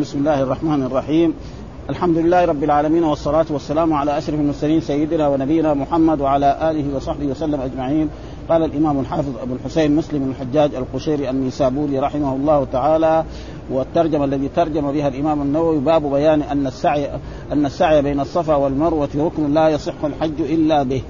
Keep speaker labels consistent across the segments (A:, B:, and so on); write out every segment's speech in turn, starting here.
A: بسم الله الرحمن الرحيم. الحمد لله رب العالمين، والصلاة والسلام على أشرف المرسلين سيدنا ونبينا محمد وعلى آله وصحبه وسلم أجمعين. قال الإمام الحافظ أبو الحسين مسلم الحجاج القشيري النيسابوري رحمه الله تعالى، والترجمة الذي ترجم بها الإمام النووي: باب بيان أن السعي بين الصفا والمروة ركن لا يصح الحج إلا به.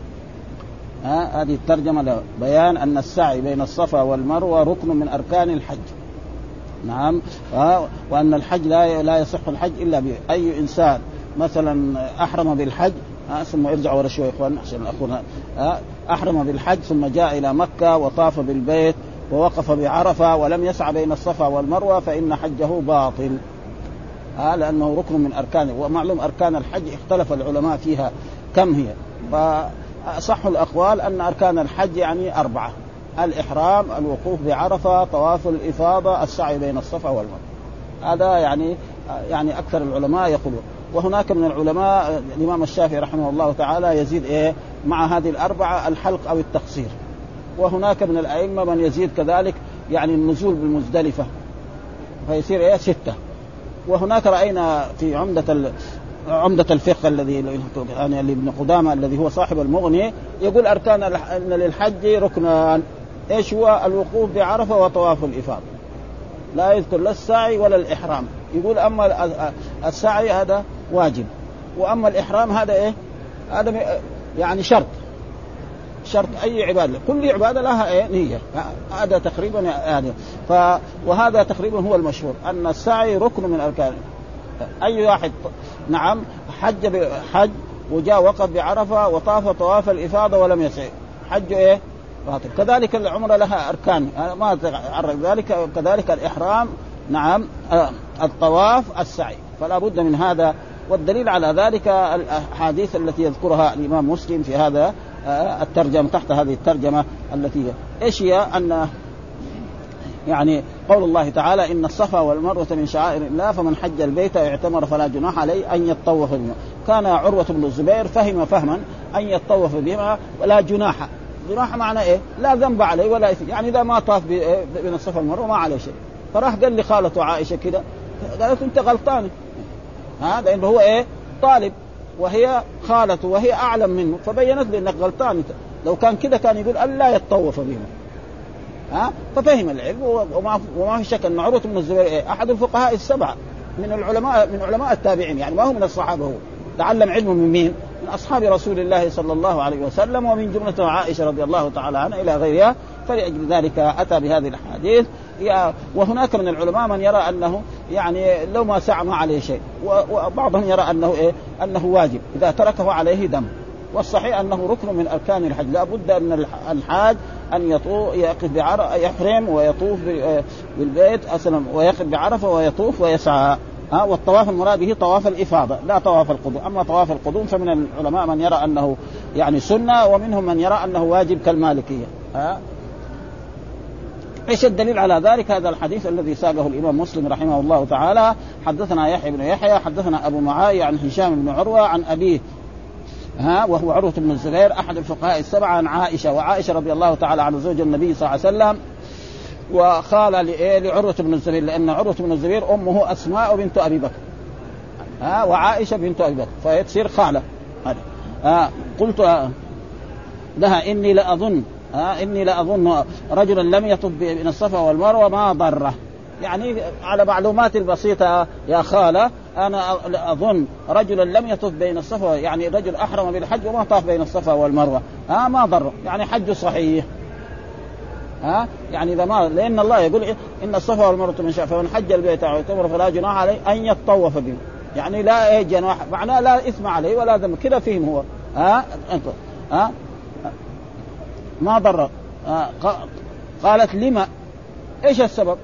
A: هذه الترجمة بيان أن السعي بين الصفا والمروة ركن من أركان الحج. نعم. وأن الحج لا يصح الحج إلا به. أي إنسان مثلا أحرم بالحج ثم يرجع ورا شوي إخوان عشان أخونا أحرم بالحج ثم جاء إلى مكة وطاف بالبيت ووقف بعرفة ولم يسعى بين الصفا والمروة فإن حجه باطل، لأنه ركن من أركانه. ومعلوم أركان الحج اختلف العلماء فيها كم هي، فصح الأقوال أن أركان الحج يعني 4: الإحرام، الوقوف بعرفة، طواف الإفاضة، السعي بين الصفا والمروة. هذا يعني أكثر العلماء يقولون. وهناك من العلماء الإمام الشافعي رحمه الله تعالى يزيد مع هذه ال4 الحلق أو التقصير. وهناك من الأئمة من يزيد كذلك يعني النزول بالمزدلفة فيصير 6. وهناك رأينا في عمدة الفقه الذي يعني ابن قدامة الذي هو صاحب المغني يقول أركان للحج ركنان. إيش هو؟ الوقوف بعرفة وطواف الإفاضة. لا يذكر لا السعي ولا الإحرام. يقول أما السعي هذا واجب، وأما الإحرام هذا هذا يعني شرط أي عبادة، كل عبادة لها نية. هذا تقريبا يعني وهذا تقريبا هو المشهور أن السعي ركن من أركان. أي واحد نعم حج وجاء وقف بعرفة وطاف طواف الإفاضة ولم يسعي، حج باطل. كذلك العمرة لها أركان ما تعرف ذلك، كذلك الإحرام نعم، الطواف، السعي، فلا بد من هذا. والدليل على ذلك الأحاديث التي يذكرها الإمام مسلم في هذا الترجمة، تحت هذه الترجمة التي إيش هي؟ أن يعني قول الله تعالى: إن الصفا والمروة من شعائر الله فمن حج البيت اعتمر فلا جناح عليه أن يطوف بهما. كان عروة بن الزبير فهم فهما أن يطوف بهما ولا جناح. جناح معنى لا ذنب عليه ولا إثم، يعني إذا ما طاف بين الصفا والمروة ما عليه شيء. فراح قال لي خالته عائشة كده، قالت أنت غلطان، لأنه هو طالب وهي خالته وهي أعلم منه، فبينت لي أنك غلطان. لو كان كده كان يقول ألا يطوف بهما. ففهم العلم. وما في شك أن عروة بن الزبير أحد الفقهاء ال7 من علماء التابعين، يعني ما هو من الصحابة، هو تعلم علمه من مين؟ من أصحاب رسول الله صلى الله عليه وسلم، ومن جملة عائشة رضي الله تعالى عنها إلى غيرها. فلأجل ذلك أتى بهذه الحديث. وهناك من العلماء من يرى أنه يعني لو ما سعى ما عليه شيء، وبعضهم يرى أنه واجب إذا تركه عليه دم. والصحيح أنه ركن من أركان الحج. لا بد أن الحاج أن يقف بعرفة، يحرم ويطوف بالبيت أصلا، ويقف بعرفة ويطوف ويسعى. والطواف المراد به طواف الإفاضة لا طواف القدوم. أما طواف القدوم فمن العلماء من يرى أنه يعني سنة، ومنهم من يرى أنه واجب كالمالكية. إيش الدليل على ذلك؟ هذا الحديث الذي ساقه الإمام مسلم رحمه الله تعالى: حدثنا يحيى بن يحيى حدثنا أبو معاوية عن هشام بن عروة عن أبيه وهو عروة بن الزبير أحد الفقهاء ال7 عن عائشة. وعائشة رضي الله تعالى عن زوج النبي صلى الله عليه وسلم، وقال لعروة بن الزبير، لأن عروة بن الزبير أمه أسماء بنت أبي بكر وعائشة بنت أبي بكر، فيتصير خالة. قلت لها: إني لأظن رجلا لم يطف بين الصفا والمروة ما ضره. يعني على معلومات البسيطة يا خالة، أنا أظن رجلا لم يطف بين الصفا، يعني رجل أحرم بالحج وما طاف بين الصفا والمروة ما ضره، يعني حج صحيح. يعني إذا ما، لأن الله يقول إن الصفا والمروة من شعائر، فمن حج البيت أو اعتمر فلا جناح عليه أن يطوف به، يعني لا جناح، معناه لا إثم عليه ولا ذنب. كذا فيهم هو ما ضر. قالت: لما؟ إيش السبب؟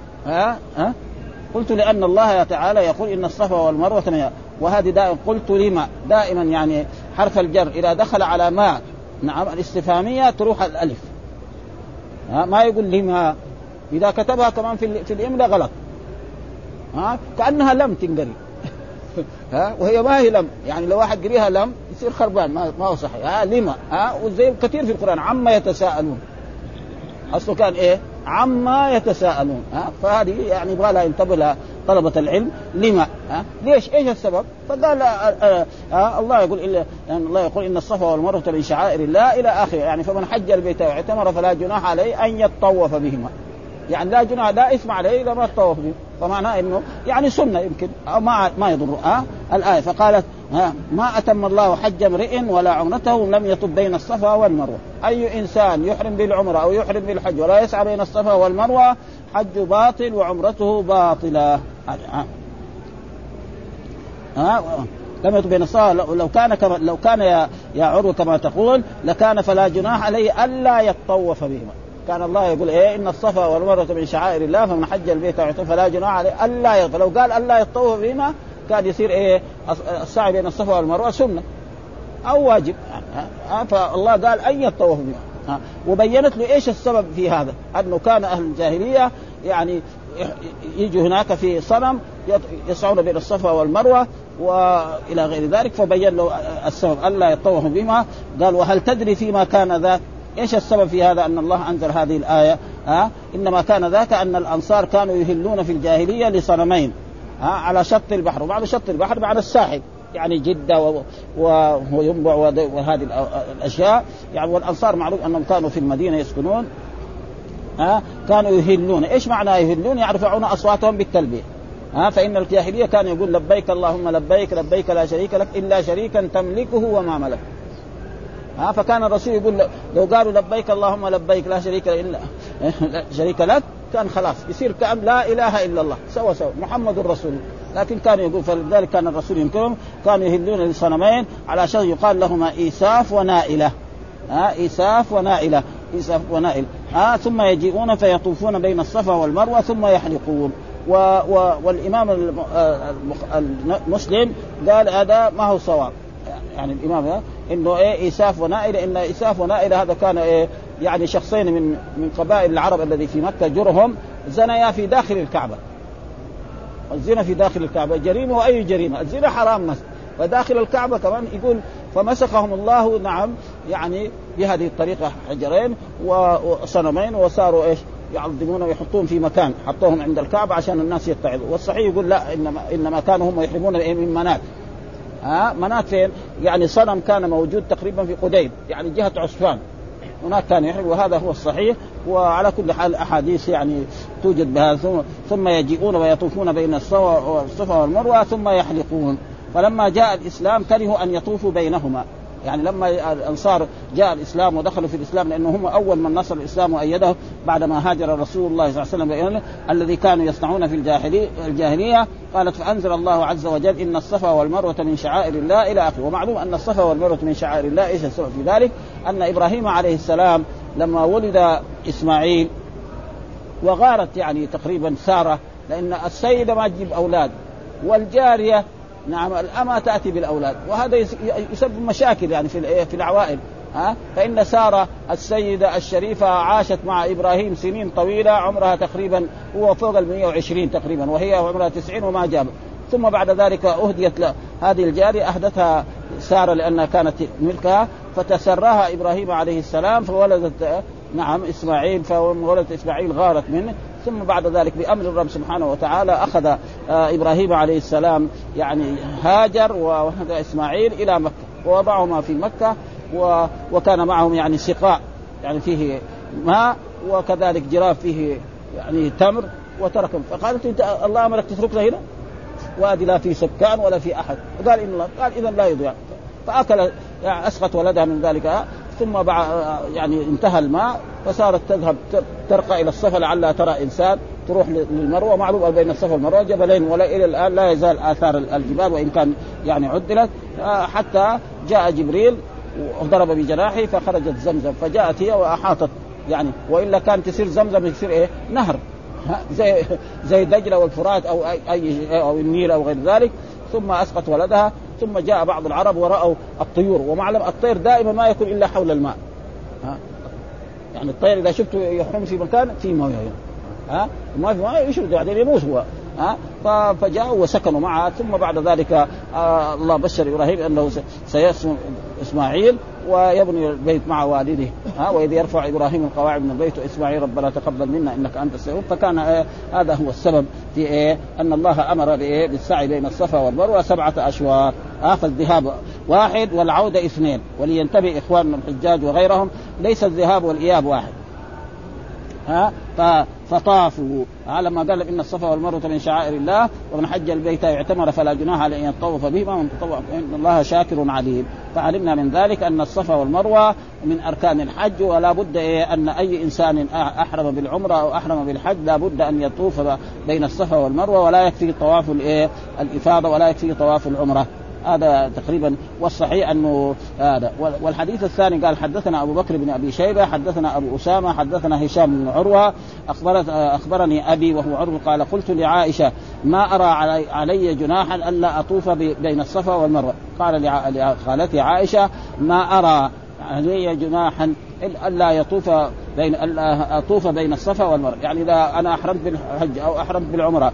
A: قلت: لأن الله تعالى يقول إن الصفا والمروة من. وهذه دائما قلت لما دائما، يعني حرف الجر إذا دخل على ما نعم الاستفهامية تروح الألف، ما يقول لما. إذا كتبها كمان في الإملاء غلط، كأنها لم تنقري وهي ما هي لم، يعني لو واحد قريها لم يصير خربان، ما هو صحيح. لما وزي كثير في القرآن عما يتساءلون، أصله كان عما يتساءلون. فهذه يعني يبغى لها ينتبه لها طلبة العلم لما ليش ايش السبب؟ فقال الله يقول يعني الله يقول ان الصفا والمروة من شعائر الله الى اخره، يعني فمن حج البيت واعتمر فلا جناح عليه ان يطوف بهما، يعني لا جناح لا إثم عليه لما يطوف به، فمعناه انه يعني سنة يمكن أو ما يضر الآية. فقالت ما أتم الله حج امرئ ولا عمرته لم يطب بين الصفا والمروة. أي إنسان يحرم بالعمرة أو يحرم بالحج ولا يسعى بين الصفا والمروة حج باطل وعمرته باطلة. لم يطب بين الصفا، لو كان يا عروة كما تقول لكان فلا جناح عليه ألا يطوف بهما. كان الله يقول إن الصفا والمروة من شعائر الله فمن حج البيت فلا جناح عليه ألا فلو قال ألا يطوف بهما كان يصير السعي بين الصفا والمروة سنة أو واجب. فالله قال أن يطوف بهما، وبينت له إيش السبب في هذا، أنه كان أهل الجاهلية يعني يجوا هناك في صنم يسعون بين الصفا والمروة وإلى غير ذلك، فبين له السبب ألا يطوف بهما. قال وهل تدري فيما كان ذاك إيش السبب في هذا أن الله أنزل هذه الآية؟ إنما كان ذاك أن الأنصار كانوا يهلون في الجاهلية لصنمين على شط البحر، وبعد شط البحر بعد الساحل يعني جدة وينبع وهذه الأشياء يعني. والأنصار معروف أنهم كانوا في المدينة يسكنون كانوا يهلون. إيش معنى يهلون؟ يرفعون أصواتهم بالتلبية. فإن الجاهلية كان يقول لبيك اللهم لبيك لبيك لا شريك لك إلا شريكا تملكه وما ملك. فكان الرسول يقول لو قالوا لبيك اللهم لبيك لا شريك إلا شريك لك كان خلاص يصير كأن لا إله إلا الله سوا محمد رسول. لكن كان يقول فلذلك كان الرسول ينكرهم كانوا يهلون للصنمين على شيء يقال لهما إيساف ونائلة. إيساف ونائلة ثم يجيئون فيطوفون بين الصفا والمروة ثم يحلقون. والإمام المسلم قال هذا ما هو صواب، يعني الإمام إنه إيساف ونائلة، إن إيساف ونائلة هذا كان يعني شخصين من قبائل العرب الذي في مكة جرهم زنيا في داخل الكعبة. الزنا في داخل الكعبة جريمة، وأي جريمة، الزنا حرام مس، وداخل الكعبة كمان يقول فمسخهم الله نعم يعني بهذه الطريقة حجرين وصنمين وصاروا يعظمون ويحطون في مكان، حطوهم عند الكعبة عشان الناس يتعظوا. والصحيح يقول لا إنما كانوا هم يحرمون من منات. منات فين؟ يعني صنم كان موجود تقريبا في قديد يعني جهة عسفان هناك كان يحرم، وهذا هو الصحيح. وعلى كل حال أحاديث يعني توجد بهذا. ثم يجيئون ويطوفون بين الصفا والمروة ثم يحلقون. فلما جاء الإسلام كرهوا أن يطوفوا بينهما، يعني لما الأنصار جاء الإسلام ودخلوا في الإسلام لأنه هم أول من نصر الإسلام وأيده بعدما هاجر رسول الله صلى الله عليه وسلم الذي كانوا يصنعون في الجاهلية. قالت فأنزل الله عز وجل إن الصفا والمروة من شعائر الله إلى آخره. ومعلوم أن الصفا والمروة من شعائر الله. إيش السبب في ذلك؟ أن إبراهيم عليه السلام لما ولد إسماعيل وغارت يعني تقريبا سارة، لأن السيدة ما تجيب أولاد والجارية نعم الأمة تأتي بالأولاد، وهذا يسبب مشاكل يعني في العوائل. فإن سارة السيدة الشريفة عاشت مع إبراهيم سنين طويلة، عمرها تقريبا هو فوق 120 تقريبا، وهي عمرها 90 وما جابت. ثم بعد ذلك أهديت هذه الجارية، أهدتها سارة لأنها كانت ملكها، فتسرها إبراهيم عليه السلام فولدت نعم إسماعيل. فولدت إسماعيل غارت منه. ثم بعد ذلك بأمر الرب سبحانه وتعالى أخذ إبراهيم عليه السلام يعني هاجر وأخذ إسماعيل إلى مكة ووضعهما في مكة، وكان معهم يعني سقاء يعني فيه ماء وكذلك جراف فيه يعني تمر وتركهم. فقالت انت الله امرك تتركنا هنا وادي لا في سكان ولا في احد؟ قال ان الله قال اذا لا يضيع. فاكل يعني اسقط ولدها من ذلك. ثم يعني انتهى الماء فصارت تذهب ترقى الى الصفا لعلها ترى انسان، تروح للمروه. معلوم بين الصفا والمروه جبلين، ولا الى الان لا يزال اثار الجبال وان كان يعني عدلت، حتى جاء جبريل وضرب بجناحه فخرجت زمزم، فجاءت هي واحاطت يعني، والا كانت تصير زمزم يصير نهر زي دجله والفرات او النيل او غير ذلك. ثم اسقط ولدها. ثم جاء بعض العرب ورأوا الطيور، ومعلم الطير دائما ما يكون الا حول الماء. يعني الطير اذا شفته يحوم في مكان في مويه ما في ماء يشرد يعني يموت هو. فجاءوا وسكنوا معه. ثم بعد ذلك الله بشر إبراهيم أنه سيسكن إسماعيل ويبني البيت مع والده. وإذ يرفع إبراهيم القواعد من البيت وإسماعيل ربنا تقبل منا إنك أنت السميع. فكان هذا هو السبب في أن الله أمر بالسعي بين الصفا والمروة 7 أشواط. فالذهاب 1 والعودة 2. ولينتبه إخواننا الحجاج وغيرهم ليس الذهاب والإياب 1. فطافوا لما قال إن الصفا والمروة من شعائر الله ومن حج البيت يعتمر فلا جناح عليه أن يطوف بهما ومن تطوع إن الله شاكر عليم. فعلمنا من ذلك أن الصفا والمروة من أركان الحج، ولا بد أن أي إنسان أحرم بالعمرة أو أحرم بالحج لا بد أن يطوف بين الصفا والمروة، ولا يكفي طواف الإفاضة ولا يكفي طواف العمرة. هذا تقريبا والصحيح أنه هذا. والحديث الثاني قال حدثنا أبو بكر بن أبي شيبة حدثنا أبو أسامة حدثنا هشام بن عروة أخبرني أبي وهو عروة قال قلت لعائشة ما أرى علي جناحا ألا أطوف بين الصفا والمروة. قال لخالتي عائشة ما أرى علي جناحا ألا يطوف ألا أطوف بين الصفا والمروة، يعني إذا أنا أحرمت بالحج أو أحرمت بالعمرة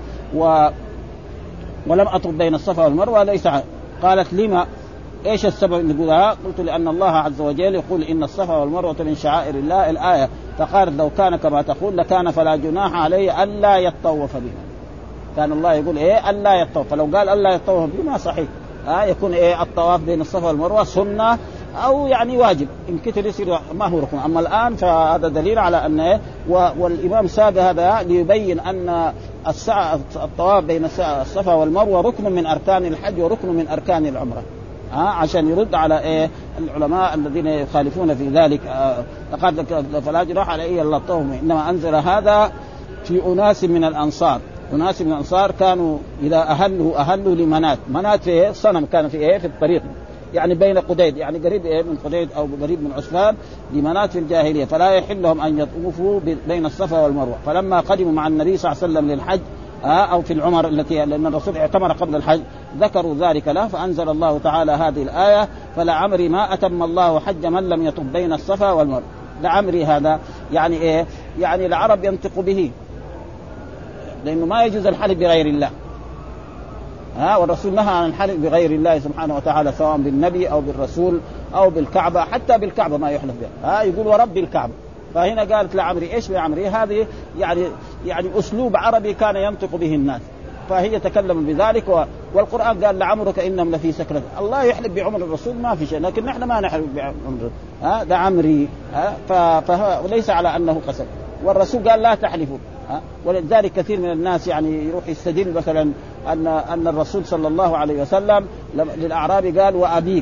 A: ولم أطوف بين الصفا والمروة ليس. قالت لما إيش السبب نقولها؟ قلت لأن الله عز وجل يقول إن الصفا والمروة من شعائر الله الآية. فقالت لو كان كما تقول لكان فلا جناح عليه ألا يطوف بها. كان الله يقول ألا يطوف، فلو قال ألا يطوف بها ما صحيح. يكون الطواف بين الصفا والمروة سنة أو يعني واجب إن كتر يصير ما هو ركن. أما الآن فهذا دليل على أن والإمام ساق هذا ليبين أن الطواف بين الصفا والمروة ركن من أركان الحج وركن من أركان العمرة. عشان يرد على العلماء الذين يخالفون في ذلك. لقد فلا جناح عليه إلا الطواف، إنما أنزل هذا في أناس من الأنصار. أناس من الأنصار كانوا إذا أهلوا لمنات في صنم كان في الطريق، يعني بين قديد، يعني قريب من قديد أو قريب من عسفان لمنات في الجاهلية، فلا يحل لهم أن يطوفوا بين الصفا والمروة. فلما قدموا مع النبي صلى الله عليه وسلم للحج أو في العمر التي لأن الرسول اعتمر قبل الحج ذكروا ذلك له، فأنزل الله تعالى هذه الآية فلعمري ما أتم الله حج من لم يطف بين الصفا والمروة. لعمري هذا يعني يعني العرب ينطق به، لأنه ما يجوز الحلف بغير الله. والرسول نهى عن الحلف بغير الله سبحانه وتعالى سواء بالنبي أو بالرسول أو بالكعبة، حتى بالكعبة ما يحلف بها. يقول ورب الكعبة. فهنا قالت لعمري إيش بعمري؟ هذه يعني أسلوب عربي كان ينطق به الناس، فهي تكلم بذلك. والقرآن قال لعمرك إنهم لفي سكرة. الله يحلف بعمر الرسول ما في شيء، لكن نحن ما نحلف بعمر ده عمري. وليس على أنه قسم. والرسول قال لا تحلفوا. ولذلك كثير من الناس يعني يروح يستدل مثلا أن الرسول صلى الله عليه وسلم للأعرابي قال وأبيك.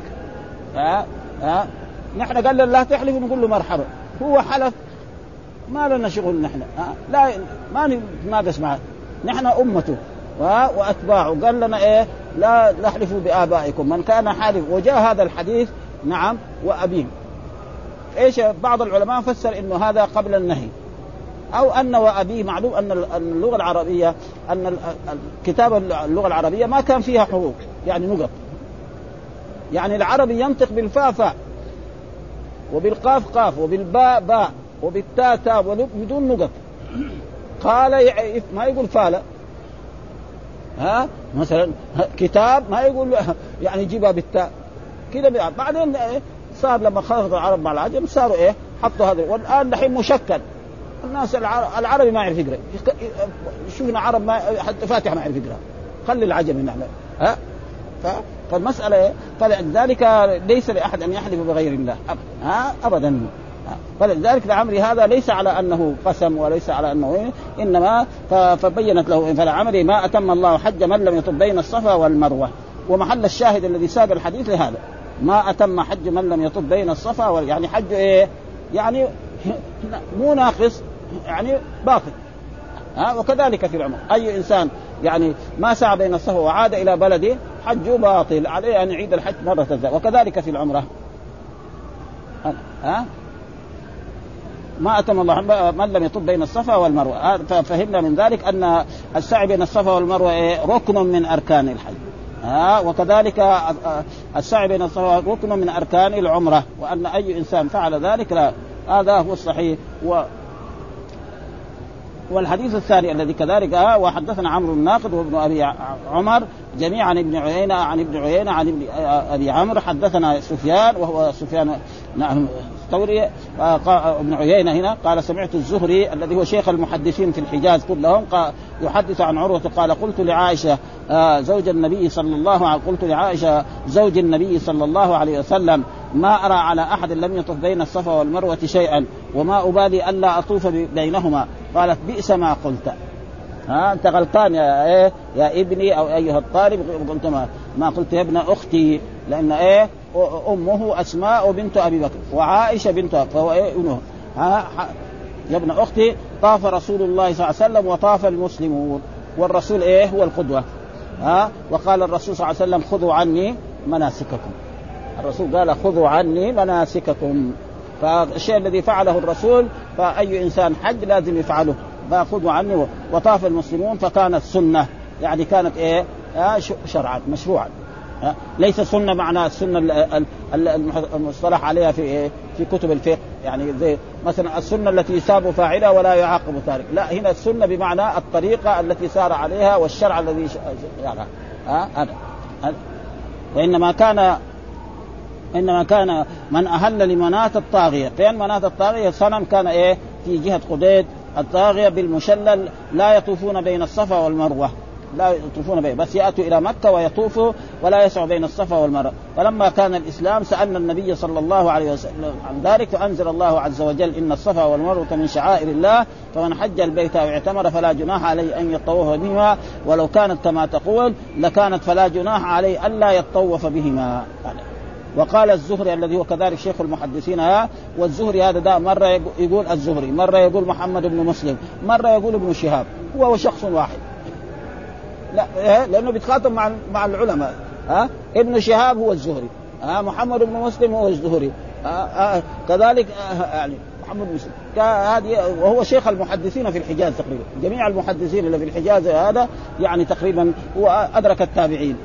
A: نحن قال لا تحلف نقول له مرحبا، هو حلف ما لنا شغل نحن. لا ما نسمع، نحن أمته وأتباعه. قال لنا لا نحلفوا بآبائكم من كان حالف. وجاء هذا الحديث نعم وأبيه. إيش بعض العلماء فسر إنه هذا قبل النهي، أو أن وأبيه. معلوم أن اللغة العربية أن كتاب اللغة العربية ما كان فيها حروف يعني نقط، يعني العربي ينطق بالفاء فاء وبالقاف قاف وبالباء باء وبالتاء تاء بدون نقط. قال ما يقول فالا. مثلا كتاب ما يقول يعني يجيبها بالتاء كده. بعدين صار لما خلط العرب مع العجم صاروا حطوا هذا. والآن دحين مشكل الناس العربي ما يعرف يقرأ. شوفنا عرب ما حتى فاتحة ما يعرف يقرأ، خلي العجم نعمل. فالمسألة فلذلك ليس لأحد أن يحلف بغير الله أبدا. فلذلك لعمري هذا ليس على أنه قسم وليس على أنه إنما فبينت له فلعمري ما أتم الله حج من لم يطف بين الصفا والمروة. ومحل الشاهد الذي ساق الحديث لهذا ما أتم حج من لم يطف بين الصفا يعني حج يعني مو ناقص يعني باطل. وكذلك في العمر أي إنسان يعني ما سعى بين الصفا وعاد إلى بلده حجه باطل، عليه أن يعيد الحج مرة ثانية. وكذلك في العمرة ما أتم الله من لم يطف بين الصفا والمروة. ففهمنا من ذلك أن السعي بين الصفا والمروة ركن من أركان الحج. وكذلك السعي بين الصفا ركن من أركان العمرة، وأن أي إنسان فعل ذلك لا، هذا هو الصحيح. والحديث الثاني الذي كذلك وحدثنا عمرو الناقد وابن أبي عمر جميعا عن ابن عيينة عن ابن أبي عمرو حدثنا سفيان وهو سفيان الثوري ابن عيينة هنا قال سمعت الزهري الذي هو شيخ المحدثين في الحجاز كلهم يحدث عن عروة قال قلت لعائشة زوج النبي صلى الله عليه وسلم ما أرى على أحد لم يطف بين الصفا والمروة شيئا وما أبالي ألا أطوف بينهما. قالت بئس ما قلت، أنت غلطان يا ابني أو أيها الطالب، قلت ما قلت يا ابن أختي، لأن أمه أسماء بنت أبي بكر وعائشة بنت فهو ابنه يا ابن أختي. طاف رسول الله صلى الله عليه وسلم وطاف المسلمون والرسول هو القدوة. وقال الرسول صلى الله عليه وسلم خذوا عني مناسككم، الرسول قال خذوا عني مناسككم، فالشيء الذي فعله الرسول فأي إنسان حج لازم يفعله، فخذوا عني. وطاف المسلمون فكانت سنة، يعني كانت شرعا مشروعا، ليس سنة معنى السنة المصطلح عليها في كتب الفقه، يعني زي مثلا السنة التي يساب فاعلها ولا يعاقب تارك، لا، هنا السنة بمعنى الطريقة التي سار عليها والشرع الذي وإنما كان من أهل لمناة الطاغية. فين مناة الطاغية؟ صنم كان في جهة قديد الطاغية بالمشلل، لا يطوفون بين الصفا والمروة، لا يطوفون بين، بس يأتوا إلى مكة ويطوفوا ولا يسعوا بين الصفا والمروة. فلما كان الإسلام سألنا النبي صلى الله عليه وسلم عن ذلك، فأنزل الله عز وجل إن الصفا والمروة من شعائر الله فمن حج البيت أو اعتمر فلا جناح عليه أن يطوف بهما ولو كانت كما تقول لكانت فلا جناح عليه ألا يطوف بهما. وقال الزهري الذي هو كذلك شيخ المحدثين، والزهري هذا ده مرة يقول الزهري، مرة يقول محمد بن مسلم، مرة يقول ابن شهاب، هو شخص واحد، لا لأنه بيتخاطب مع العلماء. ابن شهاب هو الزهري، محمد بن مسلم هو الزهري، كذلك يعني محمد بن مسلم هذه، وهو شيخ المحدثين في الحجاز تقريبا، جميع المحدثين اللي في الحجاز هذا يعني تقريبا هو أدرك التابعين.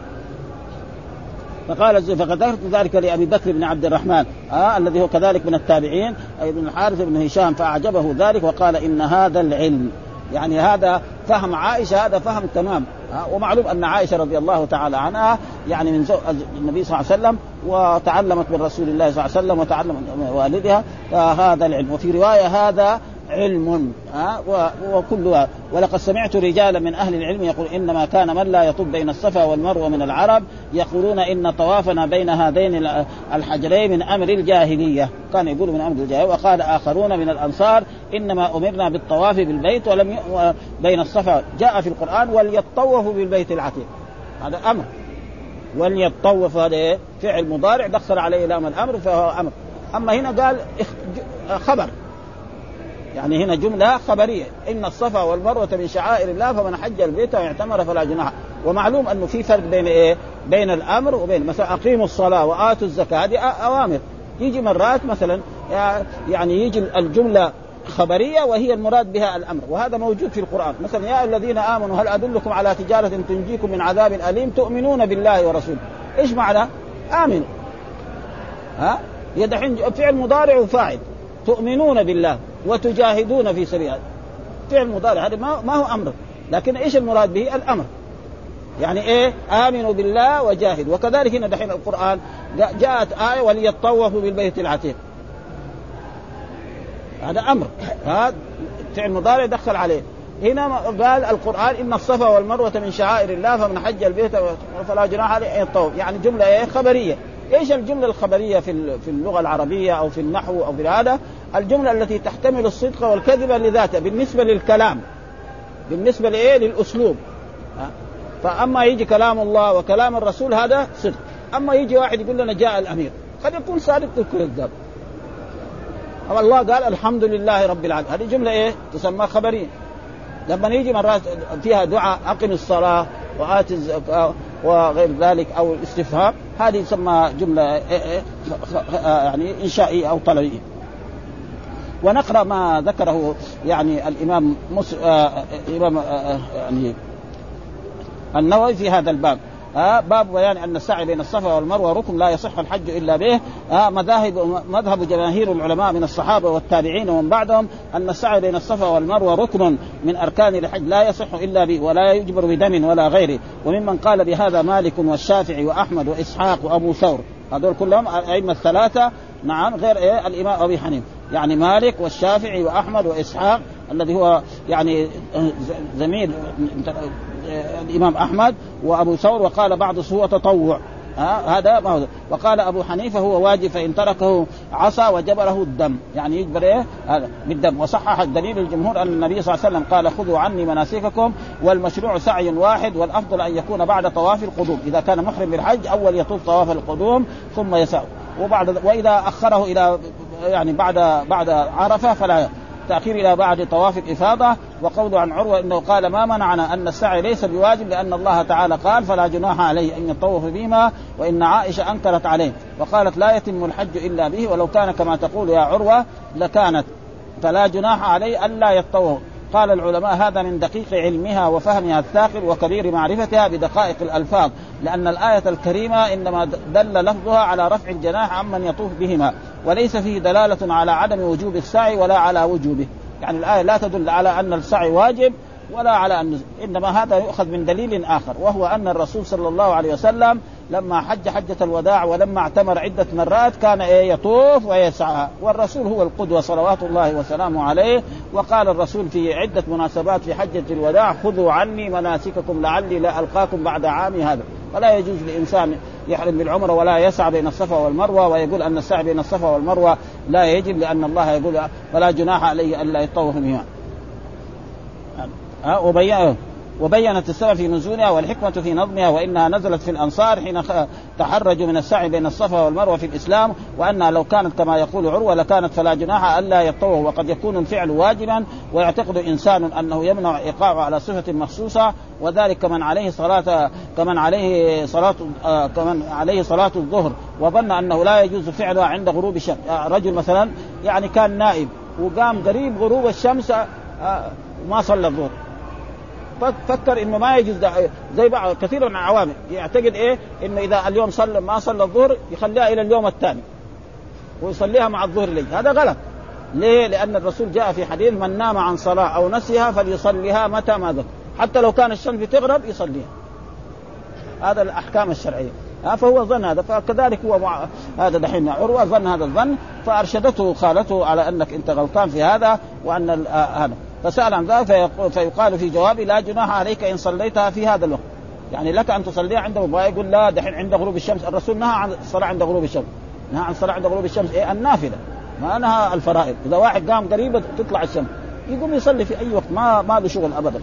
A: فذكرت ذلك لأبي بكر بن عبد الرحمن الذي هو كذلك من التابعين ابن الحارث بن هشام، فأعجبه ذلك وقال إن هذا العلم، يعني هذا فهم عائشة، هذا فهم تمام. ومعلوم أن عائشة رضي الله تعالى عنها يعني من النبي صلى الله عليه وسلم وتعلمت من رسول الله صلى الله عليه وسلم وتعلمت من والدها، فهذا العلم. وفي رواية هذا علم وكلها. ولقد سمعت رجالا من أهل العلم يقول إنما كان من لا يطوف بين الصفا والمروة من العرب يقولون إن طوافنا بين هذين الحجرين من أمر الجاهلية، كان يقول من أمر الجاهلية. وقال آخرون من الأنصار إنما أمرنا بالطواف بالبيت ولم بين الصفا، جاء في القرآن وليطوفوا بالبيت العتيق، هذا أمر، وليطوف هذا فعل مضارع دخل عليه لام الأمر فهو أمر. أما هنا قال خبر، يعني هنا جملة خبرية، إن الصفا والمروة من شعائر الله فمن حج البيت واعتمر فلا جناح. ومعلوم أنه في فرق بين بين الأمر وبين مثلا أقيموا الصلاة وآتوا الزكاة، هذه أوامر. يجي مرات مثلا يعني يجي الجملة خبرية وهي المراد بها الأمر، وهذا موجود في القرآن. مثلا يا الذين آمنوا هل أدلكم على تجارة تنجيكم من عذاب أليم تؤمنون بالله ورسوله. إيش معنى آمنوا؟ يدحين فعل مضارع وفاعل، تؤمنون بالله وتجاهدون في سبيل الله، فعل مضارع، هذا ما هو أمر، لكن إيش المراد به؟ الأمر، يعني آمنوا بالله وجاهد. وكذلك هنا دحين القرآن جاءت آية وليطوفوا بالبيت العتيق، هذا أمر، هذا فعل مضارع دخل عليه. هنا قال القرآن إن الصفا والمروة من شعائر الله فمن حج البيت فلا جناح عليه أن يطوف، يعني جملة خبرية. إيش الجملة الخبرية في اللغة العربية أو في النحو أو في هذا؟ الجملة التي تحتمل الصدق والكذب لذاتها بالنسبة للكلام، بالنسبة للأسلوب. فأما يجي كلام الله وكلام الرسول هذا صدق، أما يجي واحد يقول لنا جاء الأمير قد يكون صادق كذاب. أما الله قال الحمد لله رب العالمين، هذه جملة تسمى خبرية. لما يجي مرات فيها دعاء أقم الصلاة وآت الزكاة وغير ذلك أو الاستفهام، هذه يسمى جملة يعني إنشائية أو طلبية. ونقرأ ما ذكره يعني الإمام يعني النووي في هذا الباب. باب بيان أن السعي بين الصفا والمروة ركن لا يصح الحج إلا به. مذهب جماهير العلماء من الصحابة والتابعين ومن بعدهم أن السعي بين الصفا والمروة ركن من أركان الحج لا يصح إلا به ولا يجبر بدم ولا غيره. وممن قال بهذا مالك والشافعي وأحمد وإسحاق وأبو ثور، هذول كلهم أئمة الثلاثة، نعم، غير الإمام أبي حنيفة، يعني مالك والشافعي وأحمد وإسحاق الذي هو يعني زميل الإمام أحمد وأبو ثور. وقال بعض هو تطوع، هذا ما هو. وقال أبو حنيفة هو واجب فإن تركه عصى وجبره الدم، يعني يجبر هذا بالدم. وصحح الدليل الجمهور أن النبي صلى الله عليه وسلم قال خذوا عني مناسككم والمشروع سعي واحد والأفضل أن يكون بعد طواف القدوم، إذا كان محرم بالحج أول يطوف طواف القدوم ثم يسعى، وإذا أخره إلى يعني بعد عرفة فلا تأخير إلى بعد طواف الإفاضة. وقول عن عروة إنه قال ما منعنا أن السعي ليس بواجب لأن الله تعالى قال فلا جناح عليه أن يطوف بهما، وإن عائشة أنكرت عليه وقالت لا يتم الحج إلا به، ولو كان كما تقول يا عروة لكانت فلا جناح عليه ألا يطوف. قال العلماء هذا من دقيق علمها وفهمها الثاقب وكبير معرفتها بدقائق الألفاظ، لأن الآية الكريمة إنما دل لفظها على رفع الجناح عمن يطوف بهما، وليس فيه دلالة على عدم وجوب السعي ولا على وجوبه. يعني الآية لا تدل على أن السعي واجب ولا على أن، إنما هذا يؤخذ من دليل آخر، وهو أن الرسول صلى الله عليه وسلم لما حج حجة الوداع ولما اعتمر عدة مرات كان يطوف ويسعى، والرسول هو القدوة صلوات الله وسلامه عليه. وقال الرسول في عدة مناسبات في حجة الوداع خذوا عني مناسككم لعلي لا ألقاكم بعد عامي هذا. ولا يجوز لإنسان يحرم بالعمرة ولا يسعى بين الصفا والمروة ويقول أن السعي بين الصفا والمروة لا يجب، لأن الله يقول فلا جناح عليه ألا يطوف بهما. وبينت السبب في نزولها والحكمة في نظمها، وإنها نزلت في الأنصار حين تحرجوا من السعي بين الصفا والمروة في الإسلام، وأنها لو كانت كما يقول عروة لكانت فلا جناح ألا يطوف. وقد يكون الفعل واجبا ويعتقد إنسان أنه يمنع إيقاعه على صفة مخصوصة، وذلك كمن عليه صلاة الظهر وظن أنه لا يجوز فعلها عند غروب الشمس. رجل مثلا يعني كان نائم وقام قريب غروب الشمس ما صلى الظهر، فكر انه ما يجوز، زي بعض كثير من العوام يعتقد انه اذا اليوم ما صلى الظهر يخليها الى اليوم الثاني ويصليها مع الظهر ليه. هذا غلط. ليه؟ لان الرسول جاء في حديث من نام عن صلاة او نسيها فليصليها متى ما ذكر، حتى لو كان الشمس تغرب يصليها. هذا الاحكام الشرعيه. فهو ظن هذا، فكذلك هو هذا دحين عروة ظن هذا الظن، فارشدته خالته على انك انت غلطان في هذا وان هذا، فسأل عن ذلك فيقال في جوابه لا جناح عليك إن صليتها في هذا الوقت، يعني لك أن تصليها عند يقول لا دحين عند غروب الشمس. الرسول نهى عن الصلاة عند غروب الشمس، نهى عن الصلاة عند غروب الشمس النافلة، ما نهى الفرائض. إذا واحد قام قريبا تطلع الشمس يقوم يصلي في أي وقت، ما له شغل أبدا.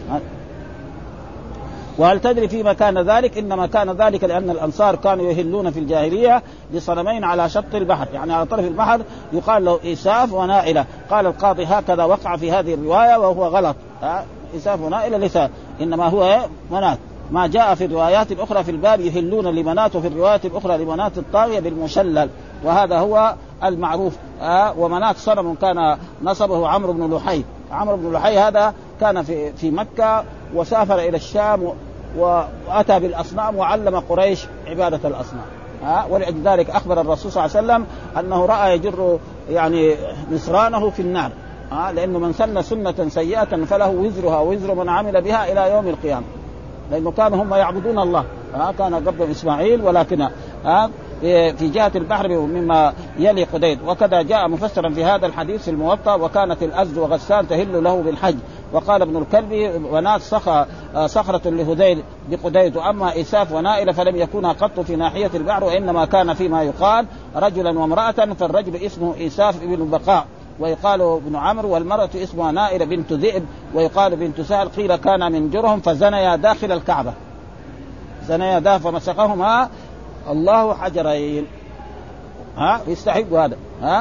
A: وهل تدري فيما كان ذلك؟ إنما كان ذلك لأن الأنصار كانوا يهلون في الجاهلية لصنمين على شط البحر، يعني على طرف البحر يقال له إساف ونائلة. قال القاضي هكذا وقع في هذه الرواية وهو غلط. إساف ونائلة ليس، إنما هو منات. ما جاء في الروايات الأخرى في الباب يهلون لمنات، وفي الروايات الأخرى لمنات الطاغية بالمشلل، وهذا هو المعروف. ومنات صنم كان نصبه عمرو بن لحي. عمرو بن لحي هذا كان في مكة وسافر إلى الشام وأتى بالأصنام وعلم قريش عبادة الأصنام. ولذلك أخبر الرسول صلى الله عليه وسلم أنه رأى يجر يعني نصرانه في النار، لأنه من سن سنة سيئة فله وزرها ووزر من عمل بها إلى يوم القيامة، لأنه كانوا هم يعبدون الله. كان قبل إسماعيل، ولكن في جهة البحر مما يلي قديد. وكذا جاء مفسرا في هذا الحديث في الموطأ وكانت الأزد وغسان تهل له بالحج. وقال ابن الكلبي ونات صخرة لهذيل بقديد، وأما إساف ونائلة فلم يكونا قط في ناحية البحر، وإنما كان فيما يقال رجلا وامرأة، فالرجل اسمه إساف بن البقاء ويقال ابن عمرو، والمرأة اسمها نائلة بنت ذئب ويقال بنت سهل. قيل كان من جرهم فزنيا داخل الكعبة، زنيا فمسخهما الله حجرين. يستحق هذا.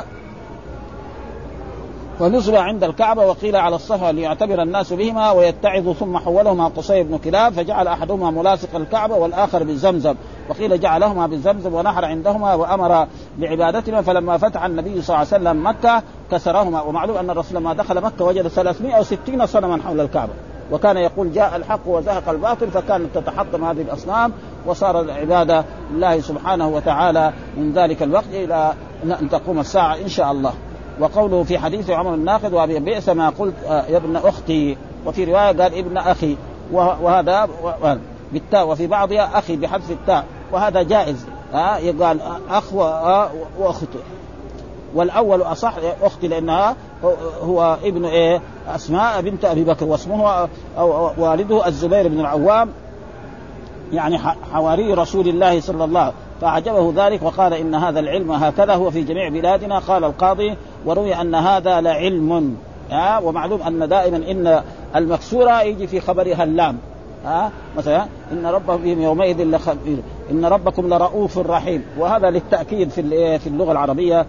A: فنصب عند الكعبة وقيل على الصفا ليعتبر الناس بهما ويتعظوا، ثم حولهما قصي بن كلاب فجعل أحدهما ملاصق الكعبة والآخر بالزمزم، وقيل جعلهما بالزمزم ونحر عندهما وأمر بعبادتهما. فلما فتح النبي صلى الله عليه وسلم مكة كسرهما. ومعلوم أن الرسول لما دخل مكة وجد 360 صنما حول الكعبة، وكان يقول جاء الحق وزهق الباطل، فكانت تتحطم هذه الأصنام، وصار العبادة لله سبحانه وتعالى من ذلك الوقت إلى أن تقوم الساعة إن شاء الله. وقوله في حديث عمر الناقد وأبي بئس ما قلت يا ابن أختي، وفي رواية قال ابن أخي، وهذا بالتاء، وفي بعضها أخي بحذف التاء، وهذا جائز يقال أخ وأخته. والأول أصح أختي لأنها هو ابن أسماء بنت أبي بكر، واسمه أو والده الزبير بن العوام، يعني حواري رسول الله صلى الله عليه وسلم، فأعجبه ذلك وقال إن هذا العلم هكذا هو في جميع بلادنا. قال القاضي وروي أن هذا لعلم، ومعلوم أن دائما إن المكسورة يجي في خبرها اللام، مثلا إن ربهم بهم يومئذ لخبير، إن ربكم لرؤوف رحيم، وهذا للتأكيد في اللغة العربية.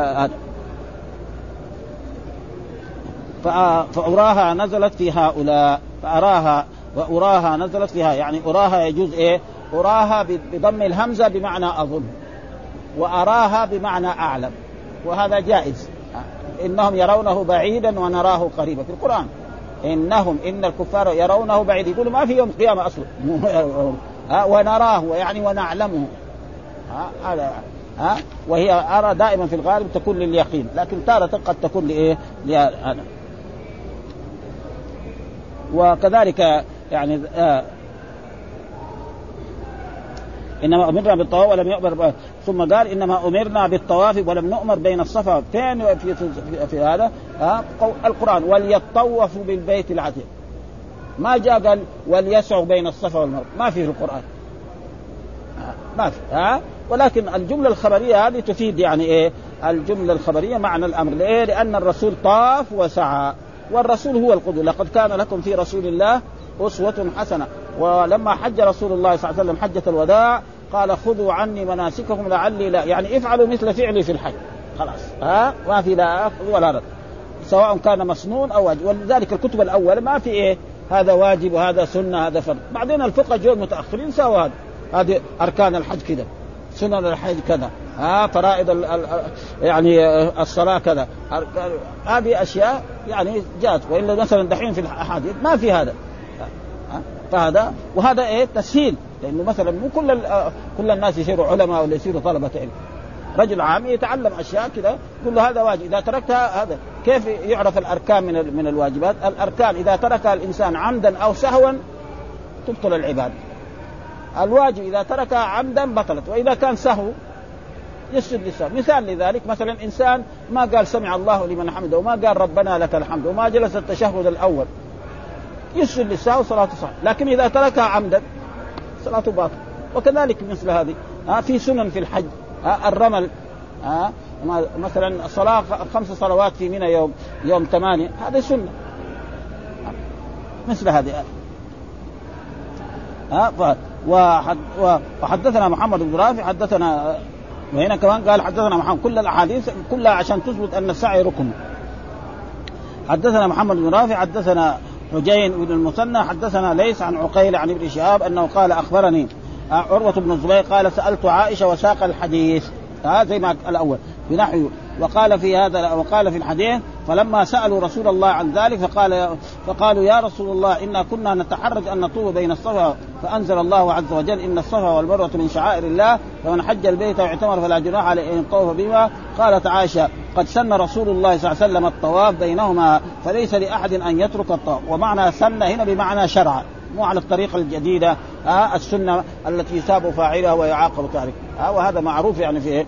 A: فأراها نزلت في هؤلاء، فأراها وأراها نزلت فيها، يعني أراها يجوز أراها بضم الهمزة بمعنى أظن، وأراها بمعنى أعلم، وهذا جائز. إنهم يرونه بعيدا ونراه قريبا في القرآن، إن الكفار يرونه بعيد، يقولوا ما في يوم قيامة أصلا ونراه يعني ونعلمه، وهي أرى دائما في الغالب تكون لليقين، لكن تارة قد تكون لهذا. وكذلك يعني إنما أمرنا بالطواف ولم يؤمر، ثم قال إنما أمرنا بالطواف ولم نؤمر بين الصفا. فين في هذا القرآن وليطوفوا بالبيت العتيق، ما جاء قال وليسعوا بين الصفا والمروة، ما في القرآن، ما في ولكن الجملة الخبرية هذه تفيد يعني الجملة الخبرية معنى الأمر. لأن الرسول طاف وسعى، والرسول هو القدوة، لقد كان لكم في رسول الله أسوة حسنة. ولما حج رسول الله صلى الله عليه وسلم حجة الوداع قال خذوا عني مناسككم لعلي لا، يعني افعلوا مثل فعلي في الحج، خلاص ما في لا أخذ ولا رد، سواء كان مسنون أو واجب. ولذلك الكتب الأول ما في هذا واجب وهذا سنة هذا فرض. بعدين الفقهاء جو المتأخرين سووا هذه أركان الحج كذا، سنن الحج كذا، فرائض يعني الصلاة كذا، هذه أشياء يعني جاءت. وإلا مثلا دحين في الأحاديث ما في هذا، فهذا وهذا تسهيل، لأنه مثلا مو كل الناس يصيروا علماء ولا يصيروا طلبة علم. رجل عام يتعلم أشياء كذا كل هذا واجب، إذا تركتها هذا كيف يعرف الأركان من الواجبات؟ الأركان إذا تركها الإنسان عمدا أو سهوا تبطل العبادة. الواجب إذا تركها عمدا بطلت، وإذا كان سهو يسجد للسهو. مثال لذلك مثلا إنسان ما قال سمع الله لمن حمده، وما قال ربنا لك الحمد، وما جلس التشهد الأول، يسجد للسهو صلاته صح، لكن إذا تركها عمدا صلاته باطل. وكذلك مثل هذه في سنن في الحج، الرمل، مثلا الصلاة 5 صلوات في منى يوم 8، هذا سنة مثل هذه. وحدثنا محمد بن رافع حدثنا، وهنا كمان قال حدثنا محمد، كل الأحاديث كلها عشان تثبت أن السعي ركن. حدثنا محمد بن رافع حدثنا حجين بن المثنى حدثنا ليس عن عقيل عن ابن شهاب أنه قال أخبرني عروة بن الزبير قال سألت عائشة وساق الحديث زي ما الأول بنحو. وقال في الحديث فلما سألوا رسول الله عن ذلك فقالوا يا رسول الله إنا كنا نتحرج أن نطوف بين الصفا، فأنزل الله عز وجل إن الصفا والمروة من شعائر الله فمن حج البيت واعتمر فلا جناح عليه أن يطوف بهما. قالت عائشة قد سن رسول الله صلى الله عليه وسلم الطواف بينهما فليس لأحد أن يترك الطواف. ومعنى سن هنا بمعنى شرع، مو على الطريقة الجديدة السنة التي يثاب فاعلها ويعاقب تاركها، وهذا معروف يعني في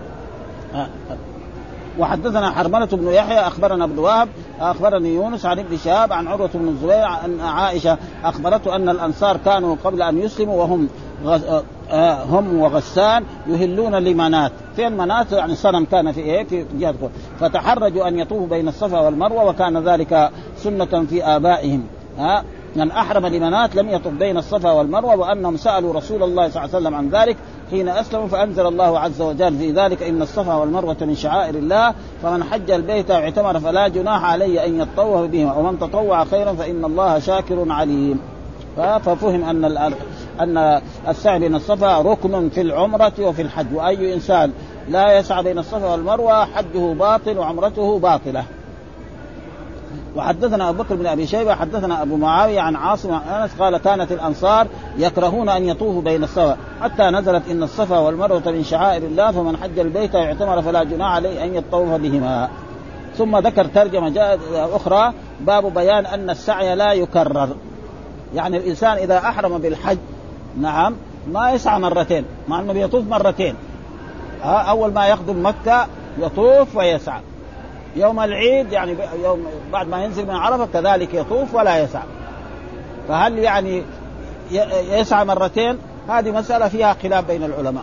A: وحدثنا حرملة بن يحيى أخبرنا ابن وهب أخبرني يونس عن ابن شهاب عن عروة بن الزبير أن عائشة أخبرته أن الأنصار كانوا قبل أن يسلموا وهم هم وغسان يهلون لمنات. فين منات؟ يعني صنم كان في جهة، فتحرجوا أن يطوفوا بين الصفا والمروة، وكان ذلك سنة في آبائهم من أحرم لمنات لم يطف بين الصفا والمروة، وأنهم سألوا رسول الله صلى الله عليه وسلم عن ذلك حين أسلموا فأنزل الله عز وجل في ذلك إن الصفا والمروة من شعائر الله فمن حج البيت واعتمر فلا جناح عليه أن يطوف بهما ومن تطوع خيرا فإن الله شاكر عليم. ففهم أن السعي بين الصفا ركن في العمرة وفي الحج، وأي إنسان لا يسعى بين الصفا والمروة حجه باطل وعمرته باطلة. وحدثنا أبو بكر بن أبي شيبة حدثنا أبو معاوية عن عاصم عن أنس قال كانت الأنصار يكرهون أن يطوفوا بين الصفا حتى نزلت إن الصفا والمروة من شعائر الله فمن حج البيت واعتمر فلا جناح عليه أن يطوف بهما. ثم ذكر ترجمة جاءت أخرى باب بيان أن السعي لا يكرر، يعني الإنسان إذا أحرم بالحج نعم ما يسعى مرتين، مع أنه يطوف مرتين. أول ما يقدم مكة يطوف ويسعى، يوم العيد يعني يوم بعد ما ينزل من عرفة كذلك يطوف ولا يسعى. فهل يعني يسعى مرتين؟ هذه مسألة فيها خلاف بين العلماء.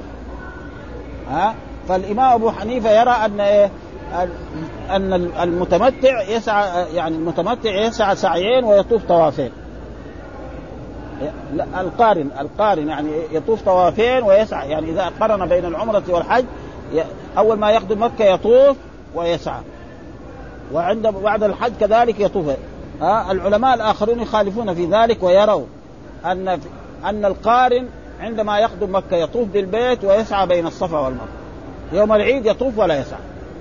A: فالإمام أبو حنيفة يرى أن المتمتع يسعى، يعني المتمتع يسعى سعيين ويطوف طوافين. القارن يعني يطوف طوافين ويسعى، يعني إذا قرن بين العمرة والحج أول ما يقدم مكة يطوف ويسعى، وعند بعد الحج كذلك يطوف. العلماء الآخرون يخالفون في ذلك ويروا أن القارن عندما يقدم مكة يطوف بالبيت ويسعى بين الصفا والمروة، يوم العيد يطوف ولا يسعى،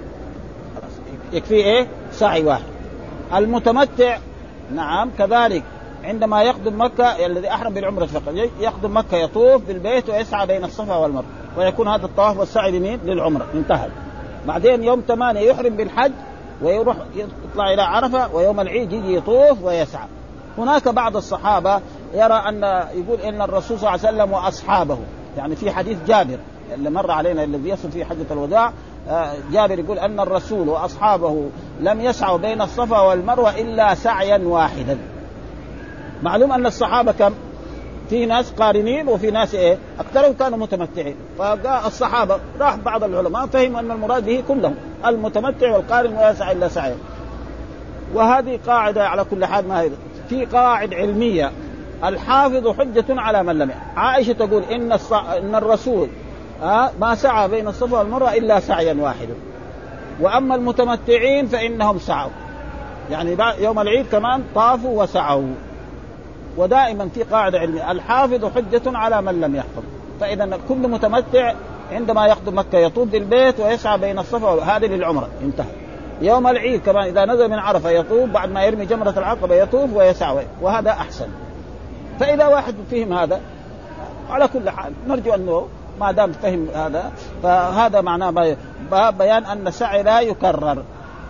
A: يكفي سعي واحد. المتمتع نعم كذلك عندما يقدم مكة الذي أحرم بالعمرة فقط يقدم مكة يطوف بالبيت ويسعى بين الصفا والمروة، ويكون هذا الطواف والسعي لمين؟ للعمرة، انتهى. بعدين يوم 8 يحرم بالحج ويروح يطلع إلى عرفة، ويوم العيد يجي يطوف ويسعى. هناك بعض الصحابة يرى أن يقول إن الرسول صلى الله عليه وسلم وأصحابه، يعني في حديث جابر اللي مر علينا الذي يصل في حجة الوداع، جابر يقول أن الرسول وأصحابه لم يسعوا بين الصفا والمروة إلا سعيا واحدا. معلوم أن الصحابة كم؟ في ناس قارنين وفي ناس أكثرهم كانوا متمتعين. فجاء الصحابة راح بعض العلماء فهم أن المراد به كلهم المتمتع والقارن ولا يسعى إلا سعيا. وهذه قاعدة على كل حال، ما هي في قواعد علمية الحافظ حجة على من لم يعلم. عائشة تقول إن الرسول ما سعى بين الصفا والمروة إلا سعيا واحدا، وأما المتمتعين فإنهم سعوا، يعني يوم العيد كمان طافوا وسعوا. ودائما في قاعدة علمية الحافظ حجة على من لم يحفظ. فإذا كل متمتع عندما يقدم مكة يطوف بالبيت ويسعى بين الصفا، هذه للعمرة انتهى. يوم العيد كمان إذا نزل من عرفة يطوف، بعد ما يرمي جمرة العقبة يطوف ويسعى، وهذا أحسن. فإذا واحد فهم هذا على كل حال نرجو أنه ما دام فهم هذا، فهذا معناه بيان أن السعي لا يكرر.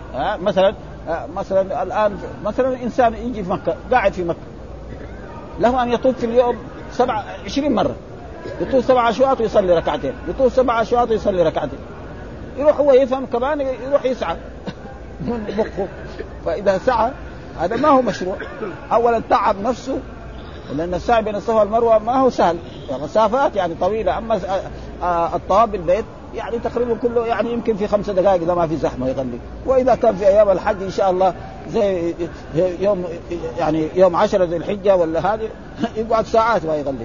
A: مثلا الآن مثلا إنسان يجي في مكة قاعد في مكة له أن يطوف في اليوم 27 مرة، يطوف 7 أشواط ويصلي ركعتين، يطوف 7 أشواط ويصلي ركعتين، يروح هو يفهم كمان يروح يسعى من مخه. فإذا سعى هذا ما هو مشروع. أولا تعب نفسه، لأن السعي بين الصفا والمروة ما هو سهل، مسافات يعني طويلة. أما الطواف بالبيت يعني تقريبا كله يعني يمكن في 5 دقائق إذا ما في زحمة يغلي. وإذا كان في أيام الحج إن شاء الله زي يوم يعني يوم 10 ذي الحجة ولا هذه يقعد ساعات ما يغلي.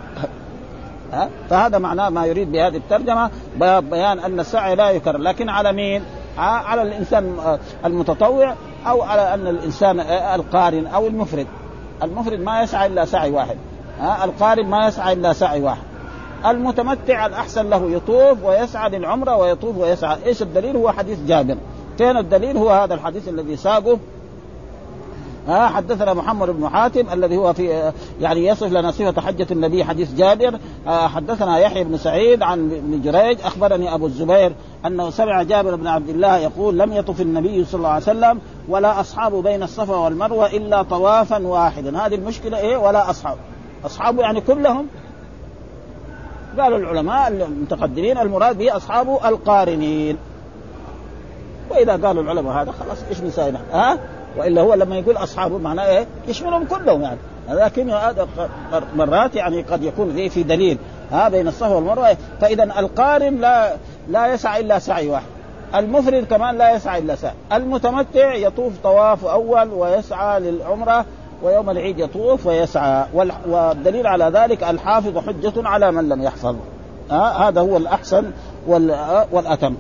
A: فهذا معناه ما يريد بهذه الترجمة بيان أن السعي لا يكرر، لكن على مين؟ على الإنسان المتطوع، أو على أن الإنسان القارن أو المفرد. المفرد ما يسعى إلا سعي واحد، القارن ما يسعى إلا سعي واحد. المتمتع الأحسن له يطوف ويسعى للعمرة ويطوف ويسعى. إيش الدليل؟ هو حديث جابر. فين الدليل؟ هو هذا الحديث الذي ساقه. حدثنا محمد بن حاتم الذي هو في يعني يصف لنا صفة حجة النبي حديث جابر. حدثنا يحيى بن سعيد عن ابن جريج أخبرني أبو الزبير أنه سمع جابر بن عبد الله يقول لم يطف النبي صلى الله عليه وسلم ولا أصحابه بين الصفا والمروة إلا طوافا واحدا. هذه المشكلة ولا أصحابه يعني كلهم. قالوا العلماء المتقدمين المراد به أصحابه القارنين. وإذا قالوا العلماء هذا خلاص إيش نساينا وإلا هو لما يقول أصحابه معناه يشملهم كلهم يعني. لكن هذا مرات يعني قد يكون في دليل بين الصفا والمروة. فإذا القارن لا يسعى إلا سعي واحد، المفرد كمان لا يسعى إلا سعي، المتمتع يطوف طواف أول ويسعى للعمرة، ويوم العيد يطوف ويسعى. والدليل على ذلك الحافظ حجة على من لم يحفظ. هذا هو الأحسن والأتم.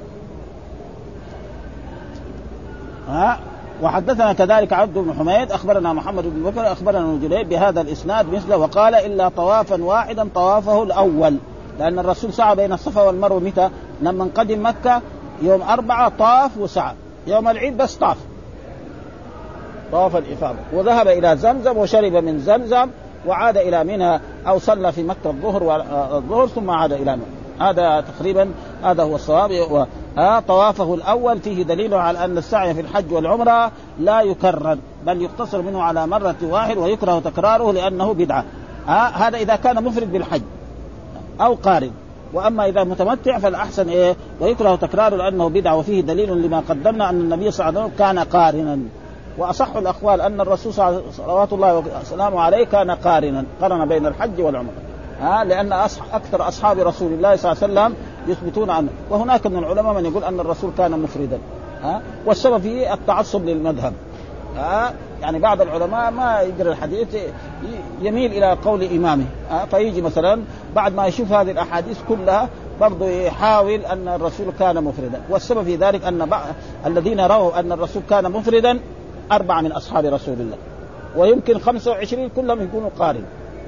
A: وحدثنا كذلك عبد بن حميد أخبرنا محمد بن بكر أخبرنا نجريب بهذا الإسناد مثله، وقال إلا طوافا واحدا طوافه الأول، لأن الرسول سعى بين الصفا والمروة متى؟ لما قدم مكة يوم 4 طاف وسعى، يوم العيد بس طاف. طواف الإفاضة، وذهب إلى زمزم وشرب من زمزم وعاد إلى منى، أو صلى في مكة الظهر ثم عاد إلى منى. هذا تقريبا هذا هو الصواب. طوافه الأول فيه دليل على أن السعي في الحج والعمرة لا يكرر، بل يقتصر منه على مرة واحدة، ويكره تكراره لأنه بدعة. هذا إذا كان مفرد بالحج أو قارن. وأما إذا متمتع فالأحسن ويكره تكراره لأنه بدعة، وفيه دليل لما قدمنا أن النبي صلى الله عليه وسلم كان قارنا. وأصح الأقوال أن الرسول صلوات الله وسلامه عليه كان قارنا، قرن بين الحج والعمرة. لأن أكثر أصحاب رسول الله صلى الله عليه وسلم يثبتون عنه. وهناك من العلماء من يقول أن الرسول كان مفردا، والسبب فيه التعصب للمذهب. يعني بعض العلماء ما يقرأ الحديث يميل إلى قول إمامه، فيجي مثلا بعد ما يشوف هذه الأحاديث كلها برضو يحاول أن الرسول كان مفردا. والسبب في ذلك أن الذين رأوا أن الرسول كان مفردا 4 من أصحاب رسول الله، ويمكن 25 كلهم يكونوا قارن.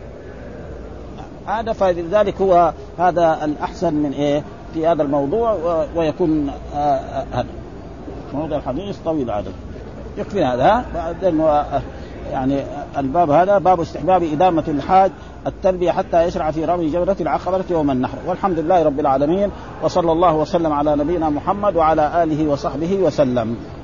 A: هذا فلذلك هو هذا الأحسن من في هذا الموضوع، ويكون هذا موضوع الحديث طويل عدد يكفي هذا. يعني الباب هذا باب استحباب إدامة الحاج التلبية حتى يشرع في رمي جمرة العقبة يوم النحر. والحمد لله رب العالمين، وصلى الله وسلم على نبينا محمد وعلى آله وصحبه وسلم.